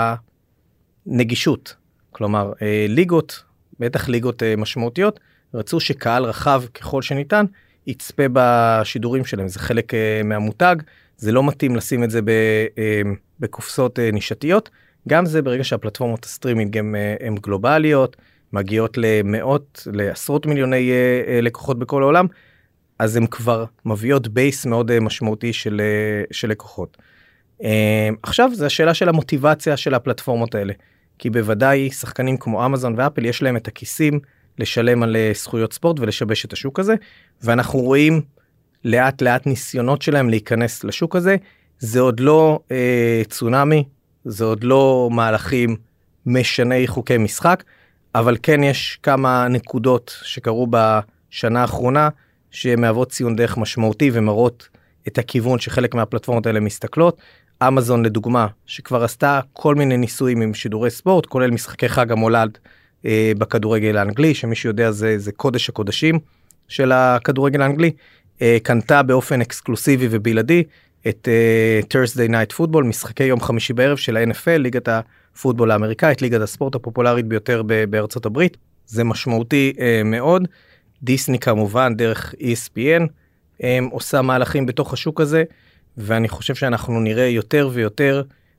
הנגישות, כלומר ליגות, בטח ליגות משמעותיות, רצו שקהל רחב ככל שניתן, יצפה בשידורים שלהם, זה חלק מהמותג, זה לא מתאים לשים את זה בקופסות נישתיות, גם זה ברגע שהפלטפורמות הסטרימינג הן גלובליות, מגיעות למאות, לעשרות מיליוני לקוחות בכל העולם, אז הן כבר מביאות בייס מאוד משמעותי של לקוחות. עכשיו זה השאלה של המוטיבציה של הפלטפורמות האלה, כי בוודאי שחקנים כמו אמזון ואפל יש להם את הכיסים לשלם על זכויות ספורט ולשבש את השוק הזה, ואנחנו רואים לאט לאט ניסיונות שלהם להיכנס לשוק הזה. זה עוד לא צונאמי, זה עוד לא מהלכים משני חוקי משחק, אבל כן יש כמה נקודות שקרו בשנה האחרונה שמהוות ציון דרך משמעותי ומראות את הכיוון שחלק מהפלטפורמות האלה מסתכלות. אמזון לדוגמה שכבר עשתה כל מיני ניסויים עם שידורי ספורט, כולל משחקי חג המולד בכדורגל האנגלי, שמי שיודע זה קודש הקודשים של הכדורגל האנגלי, קנתה באופן אקסקלוסיבי ובלעדי את Thursday Night Football, משחקי יום חמישי בערב של ה-NFL, ליגת הפוטבול האמריקאית, ליגת הספורט הפופולרית ביותר בארצות הברית. זה משמעותי מאוד. דיסני כמובן דרך ESPN עושה מהלכים בתוך השוק הזה, ואני חושב שאנחנו נראה יותר ויותר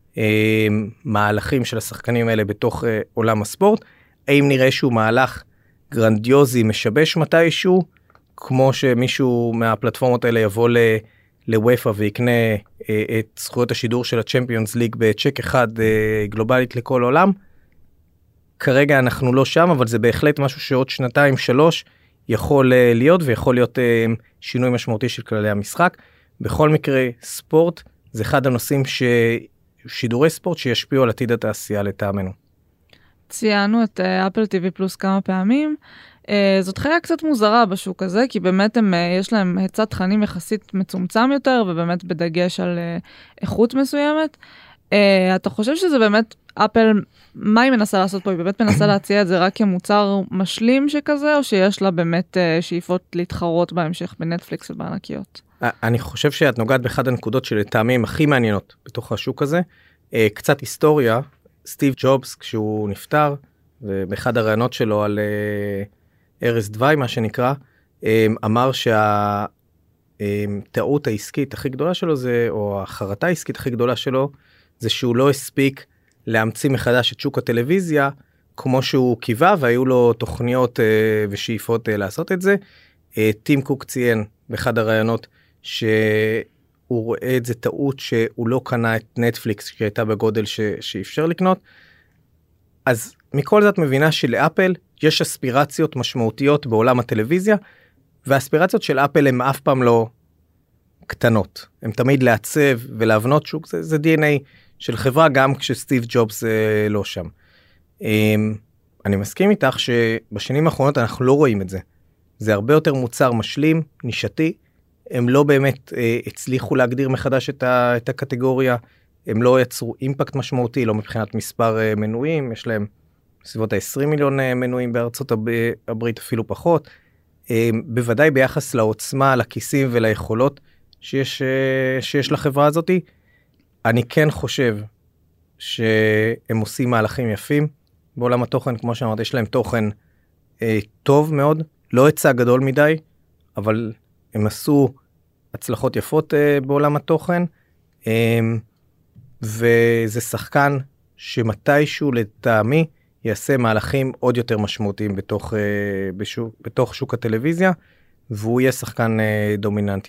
מהלכים של השחקנים האלה בתוך עולם הספורט. האם נראה שהוא מהלך גרנדיוזי משבש מתישהו, כמו שמישהו מהפלטפורמות האלה יבוא לוויפה ויקנה את זכויות השידור של הצ'מפיונס ליג בצ'ק אחד גלובלית לכל עולם. כרגע אנחנו לא שם, אבל זה בהחלט משהו שעוד 2-3 יכול להיות, ויכול להיות שינוי משמעותי של כללי המשחק. בכל מקרה, ספורט זה אחד הנושאים שידורי ספורט שישפיעו על עתיד התעשייה לטעמנו. ציינו את אפל TV פלוס כמה פעמים. זאת חיה קצת מוזרה בשוק הזה, כי באמת יש להם היצע תכנים יחסית מצומצם יותר, ובאמת בדגש על איכות מסוימת. אתה חושב שזה באמת אפל, מה היא מנסה לעשות פה? היא באמת מנסה להציע את זה רק כמוצר משלים שכזה, או שיש לה באמת שאיפות להתחרות בהמשך בנטפליקס ובענקיות? אני חושב שאת נוגעת באחד הנקודות שלטעמים הכי מעניינות בתוך השוק הזה. קצת היסטוריה, סטיב ג'ובס כשהוא נפטר, ובאחד הרעיונות שלו על ארז דווי, מה שנקרא, אמר שהטעות העסקית הכי גדולה שלו זה, או החרטה העסקית הכי גדולה שלו, זה שהוא לא הספיק להמציא מחדש את שוק הטלוויזיה, כמו שהוא קיווה, והיו לו תוכניות ושאיפות לעשות את זה. טים קוק ציין באחד הרעיונות, שהוא רואה את זה טעות שהוא לא קנה את נטפליקס, שהייתה בגודל שאפשר לקנות. אז מכל זאת מבינה שלאפל יש אספירציות משמעותיות בעולם הטלוויזיה, והאספירציות של אפל הן אף פעם לא קטנות. הן תמיד לעצב ולהבנות שוק, זה DNA של חברה, גם כשסטיב ג'ובס לא שם. אני מסכים איתך שבשנים האחרונות אנחנו לא רואים את זה. זה הרבה יותר מוצר משלים, נישתי, הם לא באמת הצליחו להגדיר מחדש את הקטגוריה, הם לא יצרו אימפקט משמעותי, לא מבחינת מספר מנויים, יש להם בסביבות ה-20 מיליון מנויים בארצות הברית, אפילו פחות, בוודאי ביחס לעוצמה, לכיסים וליכולות שיש לחברה הזאת. אני כן חושב שהם עושים מהלכים יפים בעולם התוכן, כמו שאמרת, יש להם תוכן טוב מאוד, לא היצע גדול מדי, אבל הם עשו הצלחות יפות בעולם התוכן, וזה שחקן שמתישהו לטעמי יעשה מהלכים עוד יותר משמעותיים בתוך שוק הטלוויזיה, והוא יהיה שחקן דומיננטי.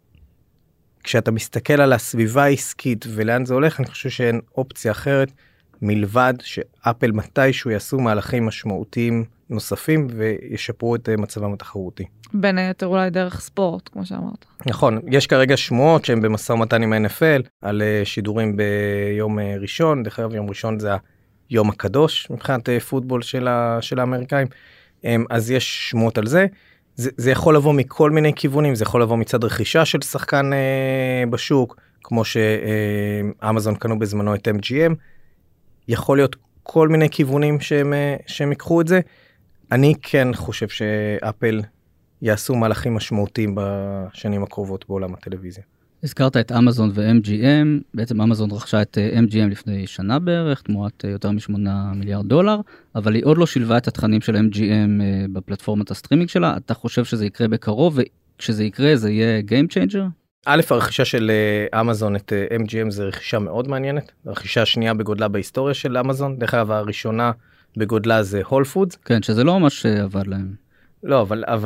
כשאתה מסתכל על הסביבה העסקית ולאן זה הולך, אני חושב שאין אופציה אחרת מלבד שאפל מתישהו יעשו מהלכים משמעותיים נוספים וישפרו את מצבם התחרותי. בין היתר אולי דרך ספורט, כמו שאמרת. נכון, יש כרגע שמועות שהן במשא ומתן עם ה-NFL על שידורים ביום ראשון, דרך אגב יום ראשון זה היום הקדוש מבחינת פוטבול של האמריקאים, אז יש שמועות על זה. זה יכול לבוא מכל מיני כיוונים, זה יכול לבוא מצד רכישה של שחקן בשוק, כמו שאמזון קנו בזמנו את MGM, יכול להיות כל מיני כיוונים שהם יקחו את זה. אני כן חושב שאפל יעשו מהלכים משמעותיים בשנים הקרובות בעולם הטלוויזיה. הזכרת את אמזון ו-MGM, בעצם אמזון רכשה את MGM לפני שנה בערך, תמורת יותר מ$8 מיליארד, אבל היא עוד לא שילבה את התכנים של MGM בפלטפורמת הסטרימינג שלה. אתה חושב שזה יקרה בקרוב, וכשזה יקרה זה יהיה Game Changer? א', הרכישה של אמזון את MGM זה רכישה מאוד מעניינת, הרכישה השנייה בגודלה בהיסטוריה של אמזון, דרך אגב הראשונה בגודלה זה הול פודס. כן, שזה לא ממש עבד להם. לא,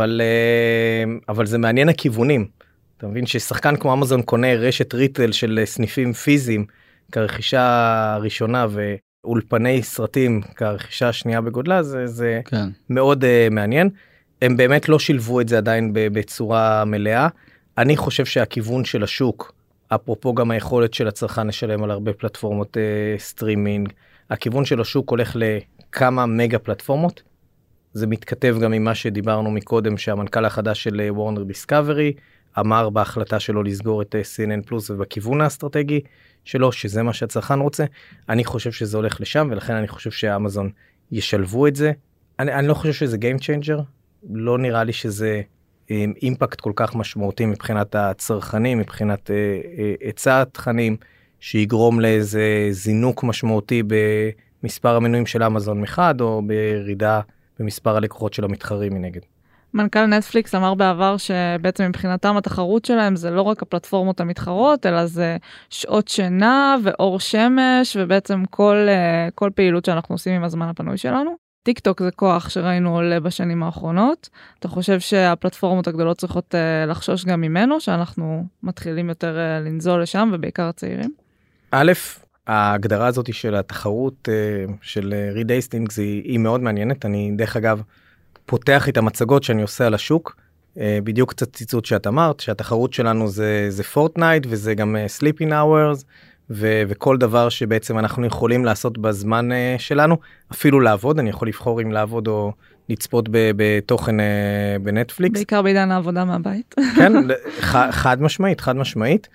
אבל זה מעניין הכיוונים. אתה מבין ששחקן כמו אמזון קונה רשת ריטל של סניפים פיזיים כרכישה הראשונה ואולפני סרטים כרכישה השנייה בגודלה, זה כן. מאוד מעניין. הם באמת לא שילבו את זה עדיין בצורה מלאה. אני חושב שהכיוון של השוק, אפרופו גם היכולת של הצרכן לשלם על הרבה פלטפורמות סטרימינג, הכיוון של השוק הולך לכמה מגה פלטפורמות. זה מתכתב גם עם מה שדיברנו מקודם, שהמנכ"ל החדש של וורנר דיסקאברי אמר בהחלטה שלו לסגור את CNN פלוס, ובכיוון האסטרטגי שלו, שזה מה שהצרכן רוצה. אני חושב שזה הולך לשם, ולכן אני חושב שאמזון ישלבו את זה. אני לא חושב שזה Game Changer, לא נראה לי שזה אימפקט כל כך משמעותי מבחינת הצרכנים, מבחינת היצע התכנים, שיגרום לאיזה זינוק משמעותי במספר המנויים של אמזון מחד, או בירידה במספר הלקוחות של המתחרים מנגד. מנכ"ל נטפליקס אמר בעבר שבעצם מבחינתם התחרות שלהם זה לא רק הפלטפורמות המתחרות, אלא זה שעות שינה ואור שמש, ובעצם כל פעילות שאנחנו עושים עם הזמן הפנוי שלנו. טיק טוק זה כוח שראינו עולה בשנים האחרונות. אתה חושב שהפלטפורמות הגדולות צריכות לחשוש גם ממנו, שאנחנו מתחילים יותר לנזול לשם, ובעיקר הצעירים? א', ההגדרה הזאת של התחרות של ריד הייסטינגס היא מאוד מעניינת. אני דרך אגב פותח את המצגות שאני עושה על השוק, בדיוק קצת ציטוט שאת אמרת, שהתחרות שלנו זה פורטנייט, וזה גם סליפינג אאוורס, וכל דבר שבעצם אנחנו יכולים לעשות בזמן שלנו, אפילו לעבוד, אני יכול לבחור אם לעבוד או לצפות בתוכן בנטפליקס. בעיקר בעידן העבודה מהבית. כן, חד משמעית, חד משמעית.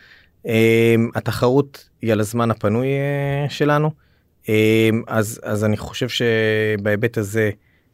התחרות היא על הזמן הפנוי שלנו, אז אני חושב שבהיבט הזה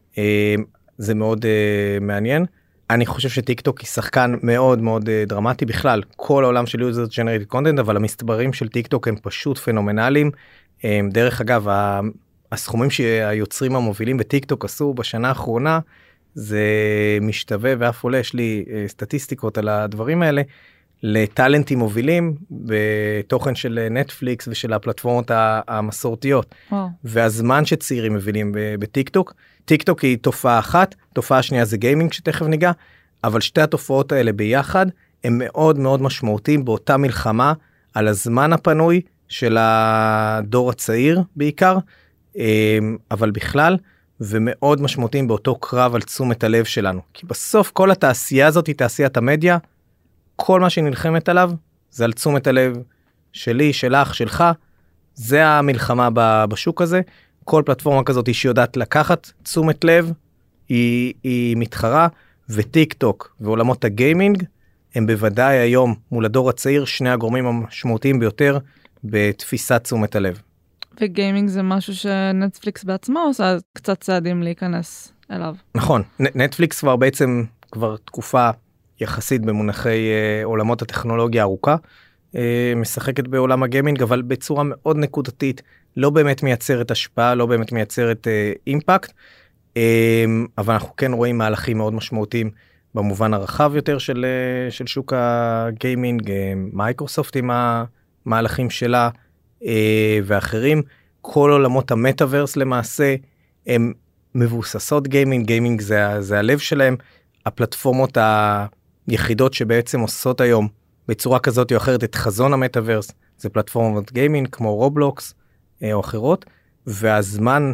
זה מאוד מעניין. אני חושב שטיק טוק היא שחקן מאוד מאוד דרמטי בכלל, כל העולם של user generated content, אבל המספרים של טיק טוק הם פשוט פנומנליים. דרך אגב, הסכומים שהיוצרים המובילים בטיק טוק עשו בשנה האחרונה, זה משתווה ואף עולה, יש לי סטטיסטיקות על הדברים האלה, לטלנטים מובילים בתוכן של נטפליקס ושל הפלטפורמות המסורתיות. וואו. והזמן שצעירים מבינים בטיק טוק, טיק טוק היא תופעה אחת, תופעה שנייה זה גיימינג שתכף ניגע, אבל שתי התופעות האלה ביחד הם מאוד מאוד משמעותיים באותה מלחמה על הזמן הפנוי של הדור הצעיר בעיקר, אבל בכלל, ומאוד משמעותיים באותו קרב על תשומת הלב שלנו. כי בסוף כל התעשייה הזאת היא תעשיית המדיה, כל מה שנלחמת עליו זה על תשומת הלב שלי, שלך, שלך, זה המלחמה בשוק הזה. כל פלטפורמה כזאת שיודעת לקחת תשומת לב, היא מתחרה, וטיק טוק ועולמות הגיימינג, הם בוודאי היום מול הדור הצעיר, שני הגורמים המשמעותיים ביותר בתפיסת תשומת הלב. וגיימינג זה משהו שנטפליקס בעצמו עושה קצת צעדים להיכנס אליו. נכון, נטפליקס כבר תקופה יחסית במונחי עולמות הטכנולוגיה ארוכה, משחקת בעולם הגיימינג, אבל בצורה מאוד נקודתית, לא באמת מייצרת השפעה, לא באמת מייצרת אימפקט, אבל אנחנו כן רואים מהלכים מאוד משמעותיים במובן הרחב יותר של שוק הגיימינג, מייקרוסופט עם המהלכים שלה ואחרים, כל עולמות המטאברס למעשה הם מבוססות גיימינג, גיימינג זה הלב שלהם, הפלטפורמות היחידות שבעצם עושות היום בצורה כזאת או אחרת את חזון המטאברס, זה פלטפורמות גיימינג כמו רובלוקס או אחרות, והזמן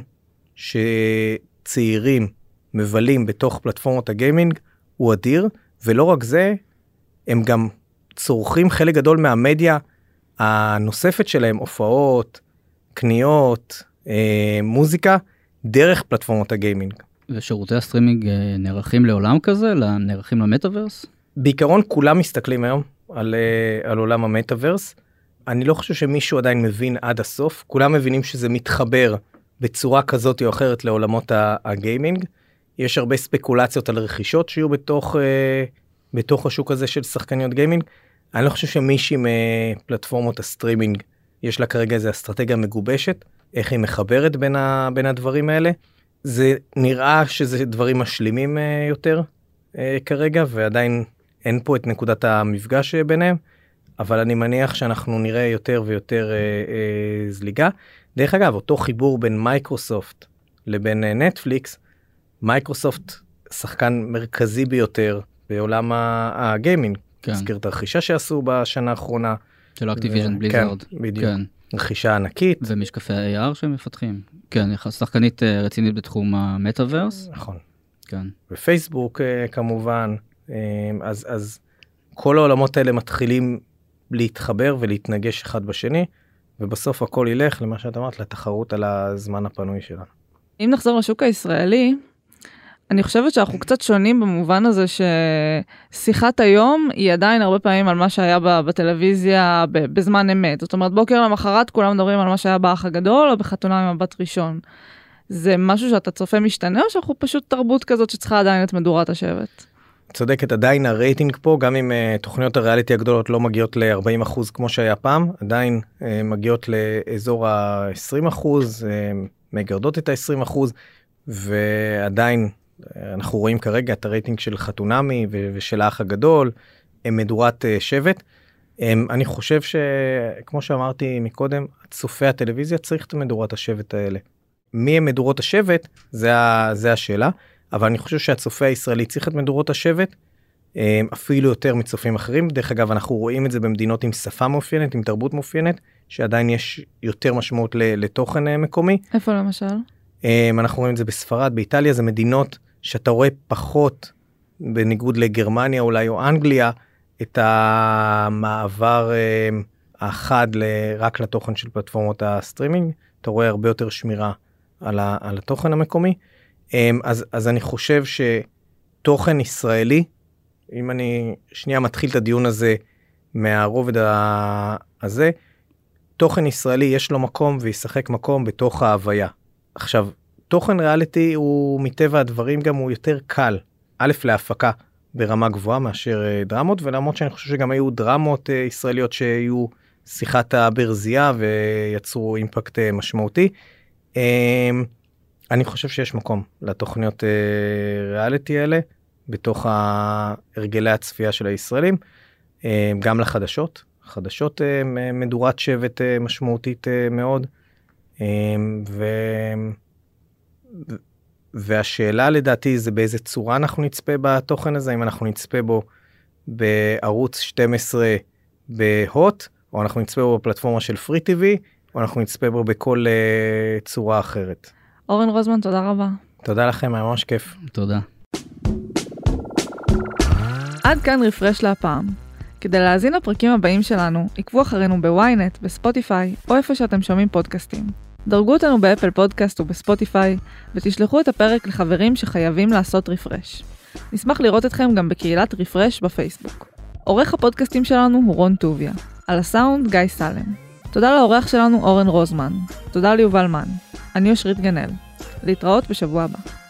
שצעירים מבלים בתוך פלטפורמות הגיימינג הוא אדיר, ולא רק זה, הם גם צורכים חלק גדול מהמדיה הנוספת שלהם, הופעות, קניות, מוזיקה, דרך פלטפורמות הגיימינג. ושירותי הסטרימינג נערכים לעולם כזה? נערכים למטאברס? בעיקרון כולם מסתכלים היום על עולם המטאברס. אני לא חושב שמישהו עדיין מבין עד הסוף. כולם מבינים שזה מתחבר בצורה כזאת או אחרת לעולמות הגיימינג. יש הרבה ספקולציות על רכישות שיהיו בתוך השוק הזה של שחקניות גיימינג. אני לא חושב שמישהי מפלטפורמות הסטרימינג יש לה כרגע איזו אסטרטגיה מגובשת, איך היא מחברת בין הדברים האלה. זה נראה שזה דברים משלימים יותר כרגע, ועדיין אין פה את נקודת המפגש ביניהם, אבל אני מניח שאנחנו נראה יותר ויותר זליגה. דרך אגב, אותו חיבור בין מייקרוסופט לבין נטפליקס, מייקרוסופט שחקן מרכזי ביותר בעולם הגיימינג. כן. הזכיר את הרכישה שעשו בשנה האחרונה. של אקטיביז'ן בליזארד. כן, בדיוק. כן. רכישה ענקית. ומשקפי AR שהם מפתחים. כן, שחקנית רצינית בתחום המטאברס. נכון. כן. ופייסבוק כמובן. אז כל העולמות האלה מתחילים להתחבר ולהתנגש אחד בשני, ובסוף הכל ילך למה שאת אמרת, לתחרות על הזמן הפנוי שלנו. אם נחזור לשוק הישראלי, אני חושבת שאנחנו קצת שונים במובן הזה ששיחת היום היא עדיין הרבה פעמים על מה שהיה בטלוויזיה בזמן אמת. זאת אומרת, בוקר למחרת כולם מדברים על מה שהיה באח הגדול או בחתונה עם הבת ראשון. זה משהו שאתה צופה משתנה או שאנחנו פשוט תרבות כזאת שצריכה עדיין את מדורת השבט? צודקת, עדיין הרייטינג פה, גם אם תוכניות הריאליטי הגדולות לא מגיעות ל-40% כמו שהיה פעם, עדיין מגיעות לאזור ה-20%, מגרדות את ה-20%, ועדיין אנחנו רואים כרגע את הרייטינג של חתונמי ושל האח הגדול, הם מדורת שבט. אני חושב שכמו שאמרתי מקודם, צופי הטלוויזיה צריך את מדורת השבט האלה. מי הם מדורות השבט? זה השאלה. אבל אני חושב שהצופה הישראלי צריך את מדורות השבט, אפילו יותר מצופים אחרים. דרך אגב, אנחנו רואים את זה במדינות עם שפה מאופיינת, עם תרבות מאופיינת, שעדיין יש יותר משמעות לתוכן מקומי. איפה למשל? אנחנו רואים את זה בספרד, באיטליה, זה מדינות שאתה רואה פחות, בניגוד לגרמניה אולי או אנגליה, את המעבר האחד רק לתוכן של פלטפורמות הסטרימינג. אתה רואה הרבה יותר שמירה על התוכן המקומי. אז אני חושב שתוכן ישראלי, אם אני שנייה מתחיל את הדיון הזה מהרובד הזה, תוכן ישראלי יש לו מקום וישחק מקום בתוך ההוויה. עכשיו, תוכן ריאליטי הוא מטבע הדברים גם הוא יותר קל, א' להפקה ברמה גבוהה מאשר דרמות, ולמרות שאני חושב שגם היו דרמות ישראליות שהיו שיחת הברזייה ויצרו אימפקט משמעותי. אני חושב שיש מקום לתוכניות ריאליטי האלה, בתוך הרגלי הצפייה של הישראלים, גם לחדשות. חדשות מדורת שבט משמעותית מאוד, והשאלה לדעתי זה באיזה צורה אנחנו נצפה בתוכן הזה, אם אנחנו נצפה בו בערוץ 12 בהוט, או אנחנו נצפה בו בפלטפורמה של פרי טיווי, או אנחנו נצפה בו בכל צורה אחרת. אורן רוזמן, תודה רבה. תודה לכם, היה ממש כיף. תודה. עד כאן רפרש להפעם. כדי להאזין לפרקים הבאים שלנו, עקבו אחרינו בוויינט, בספוטיפיי, או איפה שאתם שומעים פודקאסטים. דרגו אותנו באפל פודקאסט ובספוטיפיי, ותשלחו את הפרק לחברים שחייבים לעשות רפרש. נשמח לראות אתכם גם בקהילת רפרש בפייסבוק. עורך הפודקאסטים שלנו הוא רון טוביה. על הסאונד גיא סלם. תודה לעורך שלנו אורן רוזמן. תודה ליובל מן. אני אושרית גנאל. להתראות בשבוע הבא.